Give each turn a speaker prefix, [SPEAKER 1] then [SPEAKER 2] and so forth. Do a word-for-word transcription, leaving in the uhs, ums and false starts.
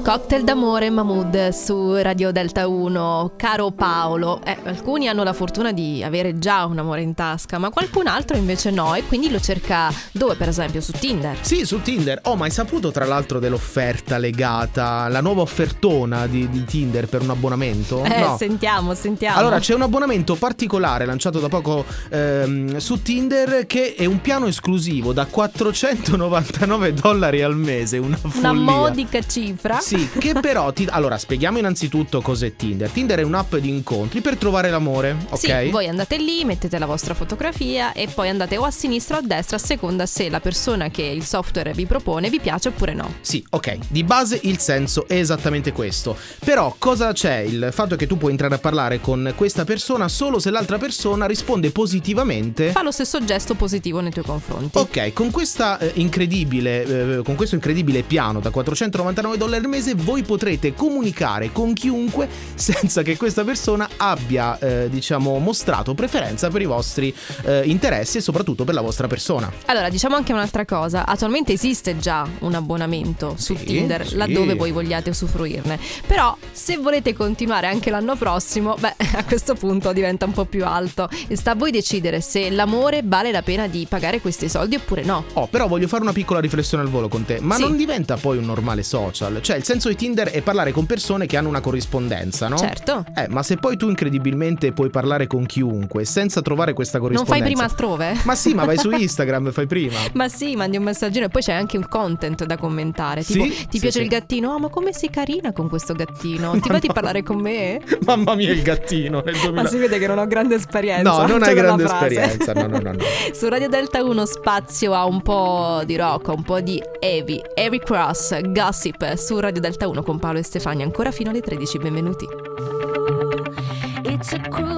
[SPEAKER 1] Cocktail d'amore Mahmood su Radio Delta uno. Caro Paolo, eh, alcuni hanno la fortuna di avere già un amore in tasca, ma qualcun altro invece no, e quindi lo cerca dove, per esempio su Tinder?
[SPEAKER 2] Sì, su Tinder. Oh, ma hai saputo tra l'altro dell'offerta legata, la nuova offertona di, di Tinder per un abbonamento?
[SPEAKER 1] Eh,
[SPEAKER 2] no.
[SPEAKER 1] sentiamo, sentiamo.
[SPEAKER 2] Allora, c'è un abbonamento particolare lanciato da poco ehm, su Tinder, che è un piano esclusivo da quattrocentonovantanove dollari al mese, una follia.
[SPEAKER 1] Una modica cifra.
[SPEAKER 2] Sì, che però ti... Allora, spieghiamo innanzitutto cos'è Tinder. Tinder è un'app di incontri per trovare l'amore, ok?
[SPEAKER 1] Sì, voi andate lì, mettete la vostra fotografia e poi andate o a sinistra o a destra a seconda se la persona che il software vi propone vi piace oppure no.
[SPEAKER 2] Sì, ok, di base il senso è esattamente questo. Però cosa c'è? Il fatto è che tu puoi entrare a parlare con questa persona solo se l'altra persona risponde positivamente,
[SPEAKER 1] fa lo stesso gesto positivo nei tuoi confronti.
[SPEAKER 2] Ok, con questa eh, incredibile eh, con questo incredibile piano da quattrocentonovantanove dollari al mese voi potrete comunicare con chiunque senza che questa persona abbia eh, diciamo mostrato preferenza per i vostri eh, interessi e soprattutto per la vostra persona.
[SPEAKER 1] Allora, diciamo anche un'altra cosa. Attualmente esiste già un abbonamento su
[SPEAKER 2] Sì,
[SPEAKER 1] Tinder,
[SPEAKER 2] sì.
[SPEAKER 1] laddove voi vogliate usufruirne. Però se volete continuare anche l'anno prossimo, beh, a questo punto diventa un po' più alto e sta a voi decidere se l'amore vale la pena di pagare questi soldi oppure no.
[SPEAKER 2] Oh, però voglio fare una piccola riflessione al volo con te. Ma
[SPEAKER 1] Sì.
[SPEAKER 2] non diventa poi un normale social? Cioè, il senso di Tinder è parlare con persone che hanno una corrispondenza, no?
[SPEAKER 1] Certo.
[SPEAKER 2] Eh, ma se poi tu incredibilmente puoi parlare con chiunque senza trovare questa
[SPEAKER 1] Non
[SPEAKER 2] corrispondenza,
[SPEAKER 1] fai prima altrove?
[SPEAKER 2] Ma sì, ma vai su Instagram e fai prima.
[SPEAKER 1] Ma sì, mandi un messaggino e poi c'è anche un content da commentare. Tipo,
[SPEAKER 2] Sì?
[SPEAKER 1] ti
[SPEAKER 2] Sì,
[SPEAKER 1] piace
[SPEAKER 2] sì.
[SPEAKER 1] il gattino? Oh, ma come sei carina con questo gattino? Ti va di
[SPEAKER 2] no.
[SPEAKER 1] parlare con me?
[SPEAKER 2] Mamma mia, il gattino nel duemila.
[SPEAKER 1] Ma si vede che non ho grande esperienza.
[SPEAKER 2] No, non
[SPEAKER 1] C'è
[SPEAKER 2] hai
[SPEAKER 1] quella
[SPEAKER 2] grande
[SPEAKER 1] frase.
[SPEAKER 2] esperienza. No, no, no, no.
[SPEAKER 1] Su Radio Delta uno spazio a un po' di rock, un po' di heavy, Heavy Cross, Gossip su Radio Delta uno con Paolo e Stefania ancora fino alle tredici. Benvenuti.
[SPEAKER 3] It's a cruel